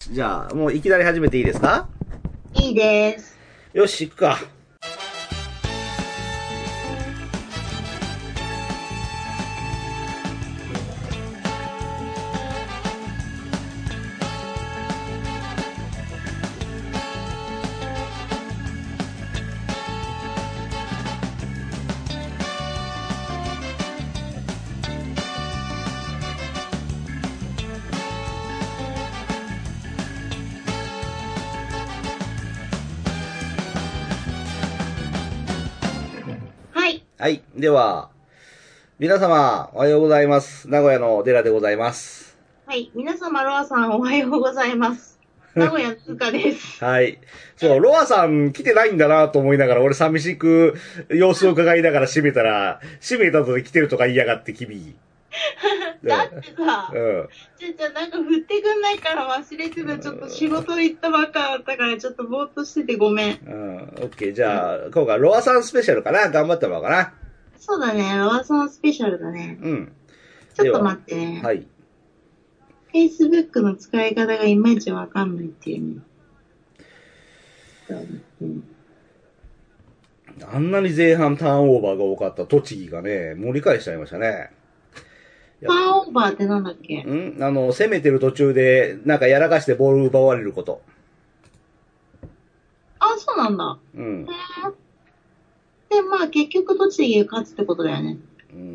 じゃあ、もういきなり始めていいですか？ いいです。 よし、行くか。 はい。 はい。では、皆様、おはようございます。名古屋の寺でございます。 はい。皆様、ロアさん、おはようございます。名古屋の通貨です。 はい。そう、ロアさん来てないんだなと思いながら、俺寂しく様子を伺いながら閉めたら、閉めた後で来てるとか言いやがって、君。 だってさ、 うん。 なんか振ってくんないから忘れてた。ちょっと仕事行ったばっかだったから、ちょっとぼーっとしててごめん。 うん。オッケー。じゃあ、今回ロアさんスペシャルかな。頑張ってもらおうかな。 そうだね。ロアさんスペシャルだね。 うん。 ちょっと待ってね。 はい。 Facebook の使い方がいまいちわかんないっていうね。 あんなに前半ターンオーバーが多かった栃木がね、盛り返しちゃいましたね。 ターンオーバーってなんだっけ？ 攻めてる途中で、なんかやらかしてボール奪われること。 あ、そうなんだ。 うん。 で、まあ結局栃木が勝つってことだよね。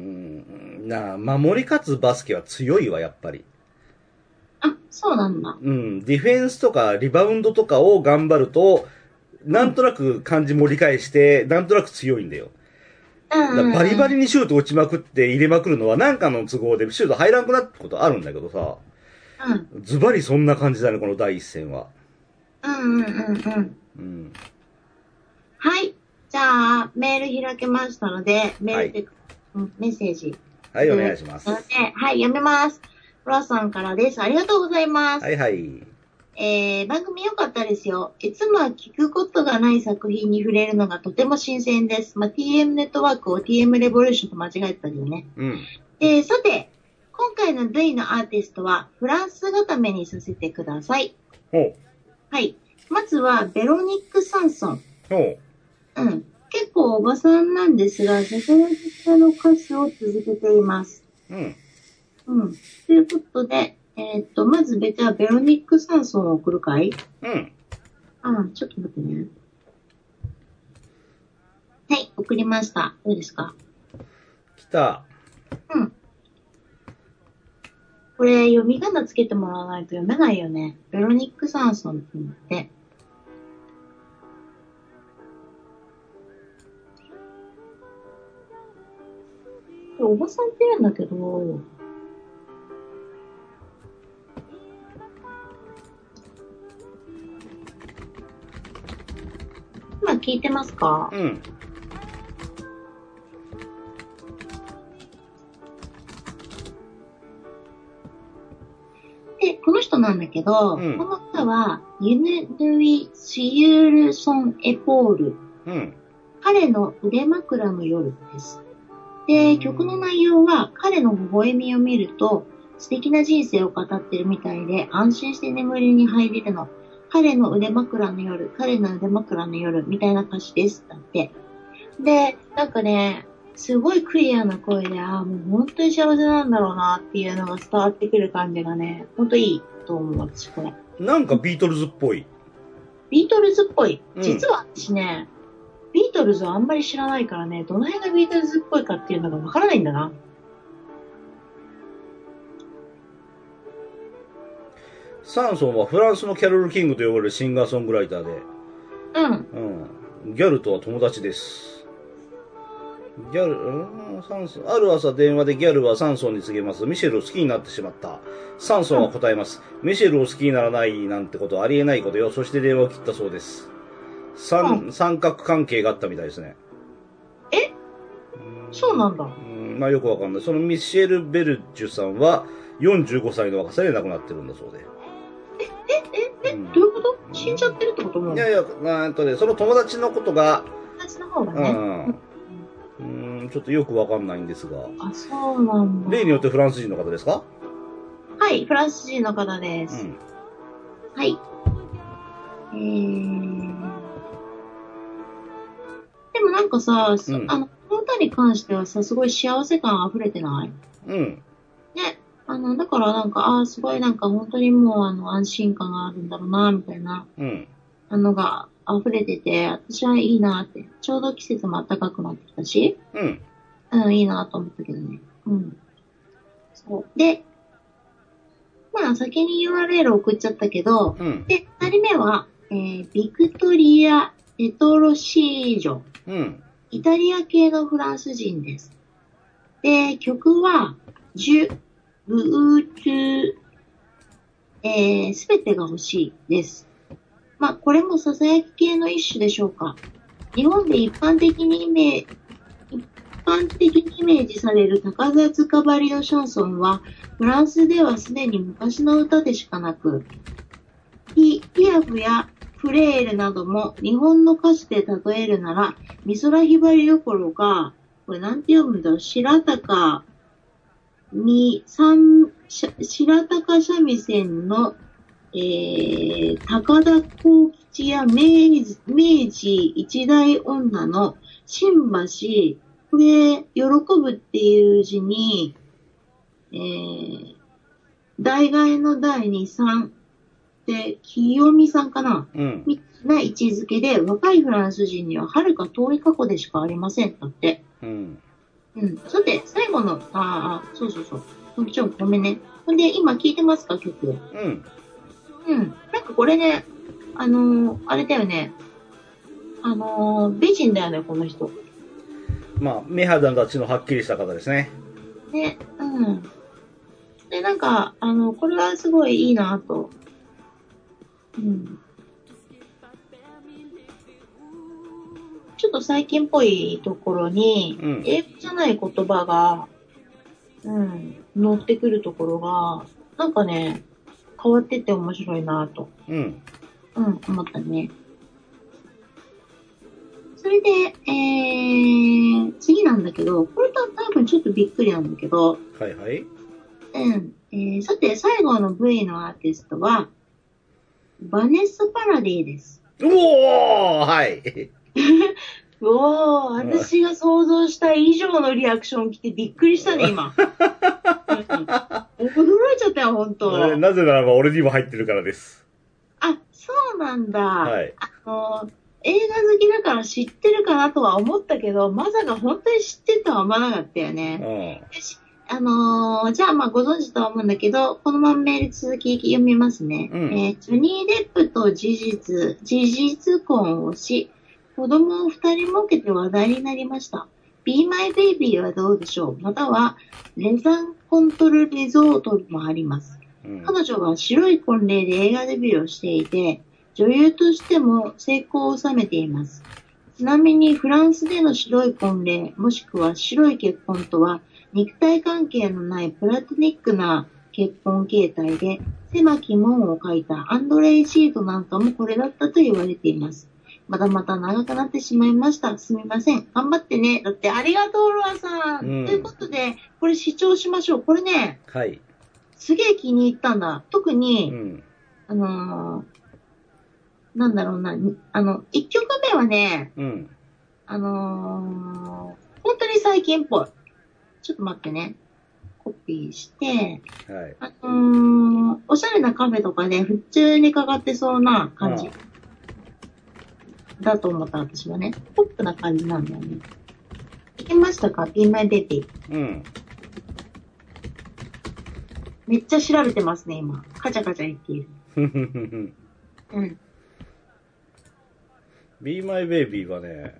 守り勝つバスケは強いわ、やっぱり。 あ、そうなんだ。 うん。ディフェンスとかリバウンドとかを頑張ると、なんとなく感じ盛り返して、なんとなく強いんだよ。バリバリにシュート打ちまくって入れまくるのはなんかの都合でシュート入らんくなったことあるんだけどさ。ズバリそんな感じだね、この第一戦は。 はい。じゃあ、メール開けましたので、メールで、メッセージ。 はい、お願いします。 はい、読めます。ロアさんからです。ありがとうございます。 はいはい。 番組良かったですよ。いつもは聞くことがない作品に触れるのがとても新鮮です。TM ネットワークを TM レボリューションと間違えたけどね。さて、今回の V のアーティストはフランス固めにさせてください。はい。まずは、ベロニック・サンソン。結構おばさんなんですが、世界的の歌手を続けています。ということで、まずベロニック・サンソンを送るかい？ちょっと待ってね。はい、送りました。どうですか？ 来た。 これ、読み仮名つけてもらわないと読めないよね。ベロニック・サンソンって言って。おばさんって言うんだけど、今聞いてますか？で、この人なんだけど、この歌は、ユネ・ルイ・シユルソン・エポール。彼の腕枕の夜です。で、曲の内容は、彼の微笑みを見ると、素敵な人生を語ってるみたいで、安心して眠りに入れるの。彼の腕枕の夜、彼の腕枕の夜、みたいな歌詞です。だって。で、なんかね、すごいクリアな声で、もう本当に幸せなんだろうなっていうのが伝わってくる感じがね、本当いいと思う、私これ。 なんかビートルズっぽい。 ビートルズっぽい。実は私ね、ビートルズはあんまり知らないからね、どの辺がビートルズっぽいかっていうのがわからないんだな。 サンソンはフランスのキャロル・キングと呼ばれるシンガーソングライターで、ギャルとは友達です。サンソン、ある朝電話でギャルはサンソンに告げます。ミシェルを好きになってしまった。サンソンは答えます。ミシェルを好きにならないなんてことはありえないことよ。そして電話を切ったそうです。三角関係があったみたいですね。 そうなんだ。 よくわかんない。そのミシェル・ベルジュさんは45歳の若さで亡くなってるんだそうで。 どういうこと？死んじゃってるってことも？ いやいや、その友達のことが、 友達の方がね。 ちょっとよくわかんないんですが。 あ、そうなんだ。 例によってフランス人の方ですか？ はい、フランス人の方です。 はい。でもなんかさ、この歌に関してはさ、すごい幸せ感溢れてない？ うん。 ね。だからなんか、すごいなんか本当にもう安心感があるんだろうな、みたいな、が溢れてて、私はいいなって。ちょうど季節も暖かくなってきたし、いいなと思ったけどね。そう。で、まあ先に URL 送っちゃったけど、で、二人目は、ビクトリア・レトロシージョ。イタリア系のフランス人です。で、曲は、ブーツ、すべてが欲しいです。まあ、これも囁き系の一種でしょうか。日本で一般的にイメージされる高塚張りのシャンソンは、フランスではすでに昔の歌でしかなく、ピアフやフレールなども日本の歌詞で例えるなら、美空ひばりどころか、これなんて読むんだろう、白鷹三味線の、高田幸吉や明治一代女の新橋、これ、喜ぶっていう字に、代替えの代に3で、清美さんかな、みたいな位置づけで、若いフランス人には遥か遠い過去でしかありません。だって。さて、最後の、そうそうそう。ちょ、ごめんね。ほんで、今聞いてますか、曲。なんかこれね、あれだよね。美人だよね、この人。 まあ、目肌の立ちのはっきりした方ですね。 ね、で、なんか、これはすごいいいなと。ちょっと最近っぽいところに、英語じゃない言葉が、乗ってくるところが、なんかね、変わってて面白いなと。思ったね。それで、次なんだけど、これと多分ちょっとびっくりなんだけど、 はいはい。 さて、最後の V のアーティストは、バネッサ・パラディです。 おーはい。 おー、私が想像した以上のリアクション来てびっくりしたね、今。驚いちゃったよ、本当。 なぜならば俺にも入ってるからです。 あ、そうなんだ。 はい。 映画好きだから知ってるかなとは思ったけど、まさか本当に知ってるとは思わなかったよね。じゃあまあご存知とは思うんだけど、このままメール続き読みますね。ジョニー・デップと事実婚をし、子供を2人設けて話題になりました。Be My Baby はどうでしょう？または、レザンコントルリゾートもあります。彼女は白い婚礼で映画デビューをしていて、女優としても成功を収めています。ちなみにフランスでの白い婚礼、もしくは白い結婚とは、肉体関係のないプラトニックな結婚形態で、狭き門を書いたアンドレイ・シートなんかもこれだったと言われています。まだまだ長くなってしまいました。すみません。頑張ってね。だってありがとう、ロアさん。ということで、これ視聴しましょう。これね、 はい。 すげえ気に入ったんだ。特に、なんだろうな、1曲目はね、本当に最近っぽい。ちょっと待ってね。コピーして、おしゃれなカフェとかで普通にかかってそうな感じ。だと思った私はね。ポップな感じなんだよね。聞きましたか？ Be My Baby。めっちゃ調べてますね、今。カチャカチャ言っている。 Be My Baby はね、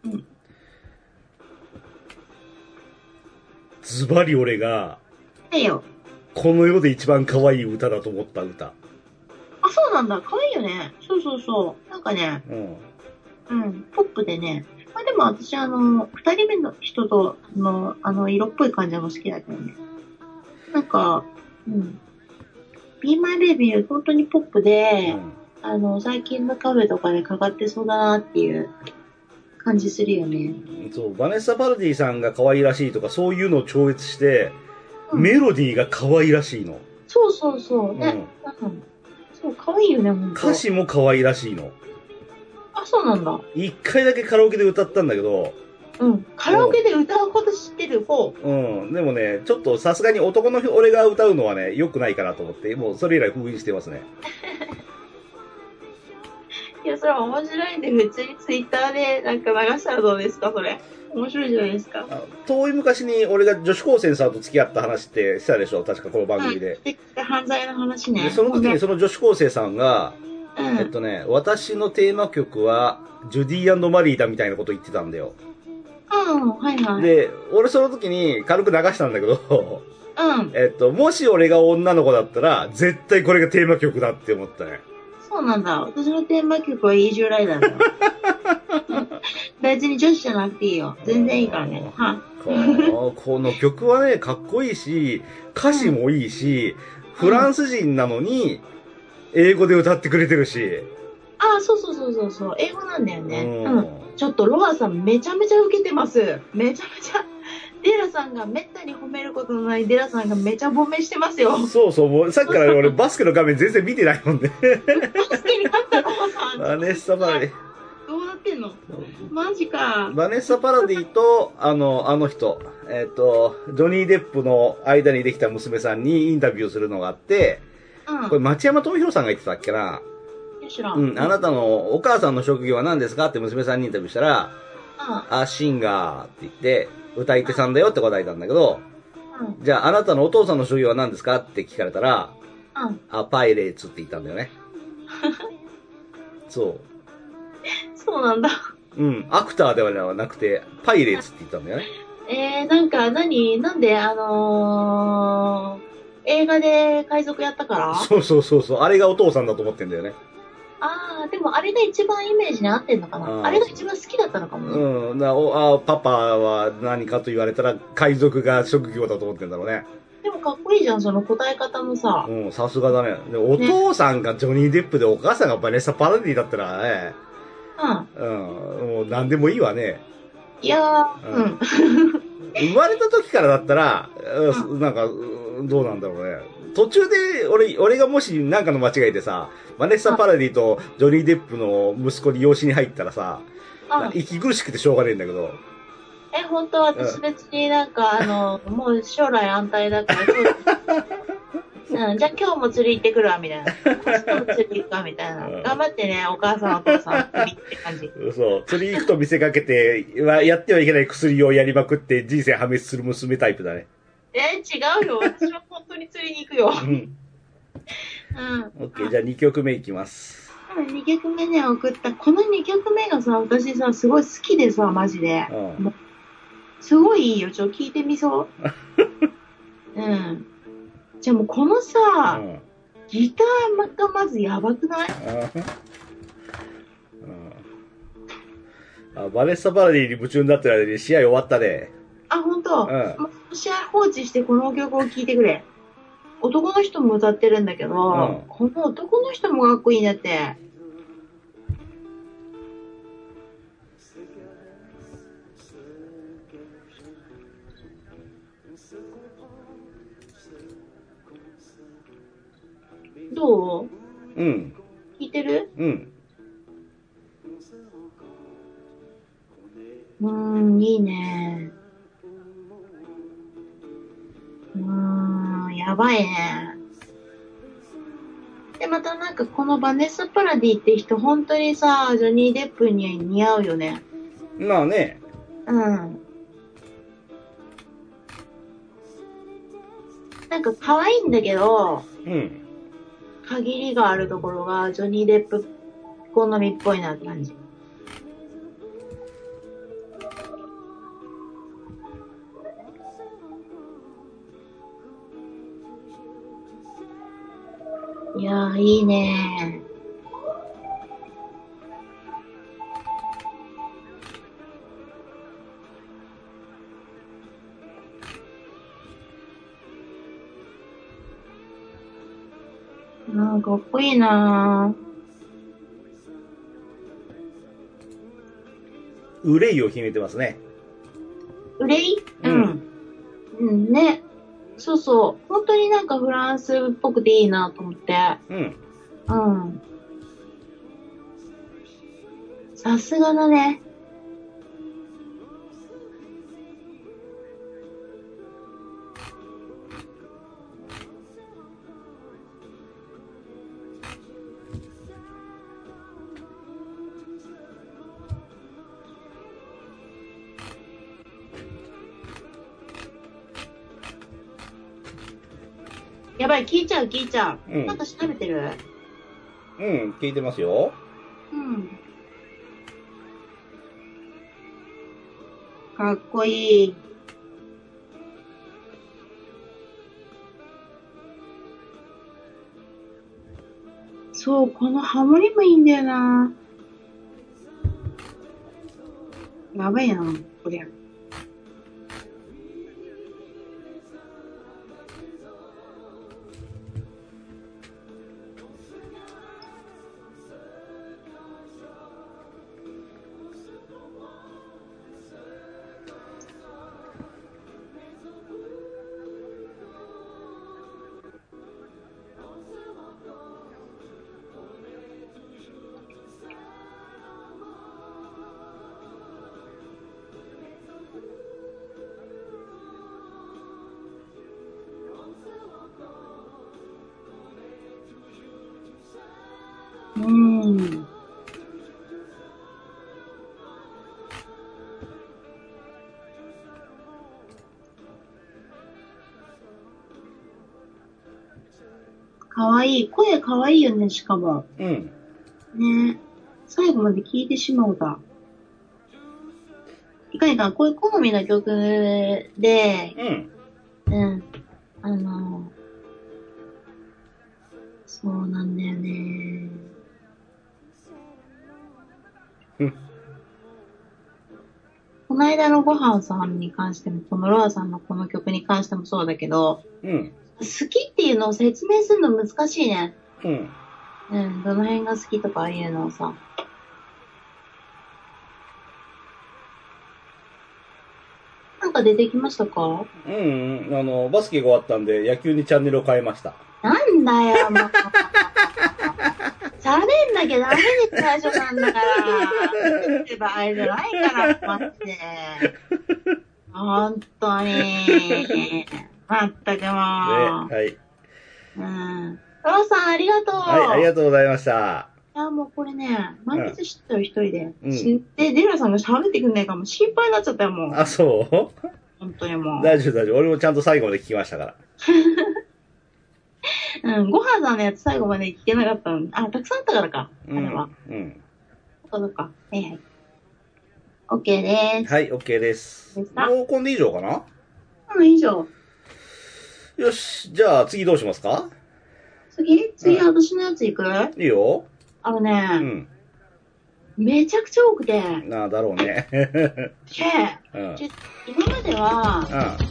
ズバリ俺が、この世で一番可愛い歌だと思った歌。 あ、そうなんだ。可愛いよね。そうそうそう。なんかね、ポップでね。まあでも私、二人目の人との、色っぽい感じも好きだけどね。なんか、Be My Baby 本当にポップで、最近のカフェとかでかかってそうだなっていう感じするよね。 そう、バネッサ・パルディさんが可愛らしいとかそういうのを超越して、メロディーが可愛らしいの。 そうそうそう。ね。 そう、可愛いよね、ほんと。 歌詞も可愛いらしいの。 あ、そうなんだ。 一回だけカラオケで歌ったんだけど、 うん。カラオケで歌うこと知ってる方。 うん。でもね、ちょっとさすがに男の俺が歌うのはね、良くないかなと思って、もうそれ以来封印してますね。 いや、それは面白いんで、普通にツイッターでなんか流したらどうですか、それ。面白いじゃないですか。 遠い昔に俺が女子高生さんと付き合った話ってしたでしょ、確かこの番組で。 犯罪の話ね。 で、その時にその女子高生さんが、 うん、 私のテーマ曲は、ジュディ&マリーだみたいなこと言ってたんだよ。 うん、はいはい。 で、俺その時に軽く流したんだけど、 うん。 もし俺が女の子だったら、絶対これがテーマ曲だって思ったね。 そうなんだ。私のテーマ曲はイージュライダーだよ。別に女子じゃなくていいよ。全然いいからね。はこの曲はね、かっこいいし、歌詞もいいし、フランス人なのに、英語で歌ってくれてるし。 ああ、そう。英語なんだよね。うん。ちょっとロアさんめちゃめちゃ受けてます。めちゃめちゃ。デラさんがめったに褒めることのないデラさんがめちゃ褒めしてますよ。 そう、もうさっきから俺バスケの画面全然見てないもんね。 バスケに勝ったロアさん。 バネッサ・パラディ。 どうなってんの？マジか。 バネッサ・パラディと、あの人、ジョニー・デップの間にできた娘さんにインタビューするのがあって、これ町山智博さんが言ってたっけな。あなたのお母さんの職業は何ですかって娘さんにインタビューしたら、シンガーって言って、歌い手さんだよって答えたんだけど、じゃああなたのお父さんの職業は何ですかって聞かれたら、パイレーツって言ったんだよね。そうなんだ。 アクターではなくて、パイレーツって言ったんだよね。 なんで映画で海賊やったから？ そう。あれがお父さんだと思ってんだよね。 ああ、でもあれが一番イメージに合ってんのかな。あれが一番好きだったのかも。 パパは何かと言われたら海賊が職業だと思ってんだろうね。 でもかっこいいじゃん、その答え方もさ。 さすがだね。でお父さんがジョニー・デップでお母さんがバネッサ・パラディだったらね。もう何でもいいわね。 いやー、 生まれた時からだったら、なんか、どうなんだろうね。途中で、俺がもし何かの間違いでさ、バネッサ・パラディとジョニー・デップの息子に養子に入ったらさ、息苦しくてしょうがねえんだけど。 本当私別になんか、もう将来安泰だから、じゃあ今日も釣り行ってくるわ、みたいな。今日も釣り行くわ、みたいな。頑張ってね、お母さんお父さん、釣りって感じ。 そう。釣り行くと見せかけて、やってはいけない薬をやりまくって人生破滅する娘タイプだね。 違うよ。私は本当に釣りに行くよ。オッケー、じゃあ2曲目いきます。 2曲目ね、送った。この2曲目がさ、私さ、すごい好きでさ、マジで。すごいいいよ。聞いてみそう。じゃあもうこのさ、ギターがまずやばくない？ バネッサ・パラディに夢中になってる間に試合終わったね。 本当？試合放置してこの曲を聴いてくれ。男の人も歌ってるんだけど、この男の人もかっこいいんだって。どう？聞いてる？いいね。やばいね。で、またなんかこのバネッサ・パラディって人、本当にさ、ジョニー・デップに似合うよね。 まあね。 なんか可愛いんだけど、限りがあるところがジョニー・デップ好みっぽいなって感じ。いやー、いいねー。かっこいいなー。憂いを秘めてますね。 憂い？ね。そう。本当になんかフランスっぽくていいなと思って。 うん。さすがだね。やばい、聞いちゃう。うん。なんか調べてる？ うん、聞いてますよ。 うん。かっこいい。そう、このハモリもいいんだよな。やばいな、こりゃ。かわいい。声かわいいよね、しかも。 うん。 ね。最後まで聞いてしまうだ。いかにか、こういう好みの曲で、 うん。 うん。そうなんだよね。 うん。 この間のごはんさんに関しても、このロアさんのこの曲に関してもそうだけど、 うん。 好きっていうのを説明するの難しいね。 うん。 うん、どの辺が好きとかいうのをさ。なんか出てきましたか？ うん、バスケが終わったんで、野球にチャンネルを変えました。 なんだよ、もう。喋んなきゃダメで最初なんだから。って場合じゃないから、マジで。本当に。まったくもう。 はい。 うん。ローさん、ありがとう。 はい、ありがとうございました。 いや、もうこれね、満喫知ってる一人で。 うん。 で、デラさんが喋ってくんないかも心配になっちゃったよ、もう。 あ、そう本当にもう。 大丈夫、大丈夫。俺もちゃんと最後まで聞きましたから。 うん、ごはんさんのやつ最後まで聞けなかったの。あ、たくさんあったからか。あれは。 うん。 そっか。はいはい。OK です。 はい、OK です。もうこんで以上かな？ うん、以上。 よし、じゃあ次どうしますか？ 次、私のやついく？ いいよ。 うん。めちゃくちゃ多くて。 なあ、だろうね。 今までは、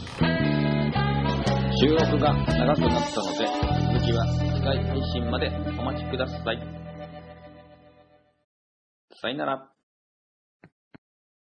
収録が長くなったので、続きは次回配信までお待ちください。さよなら。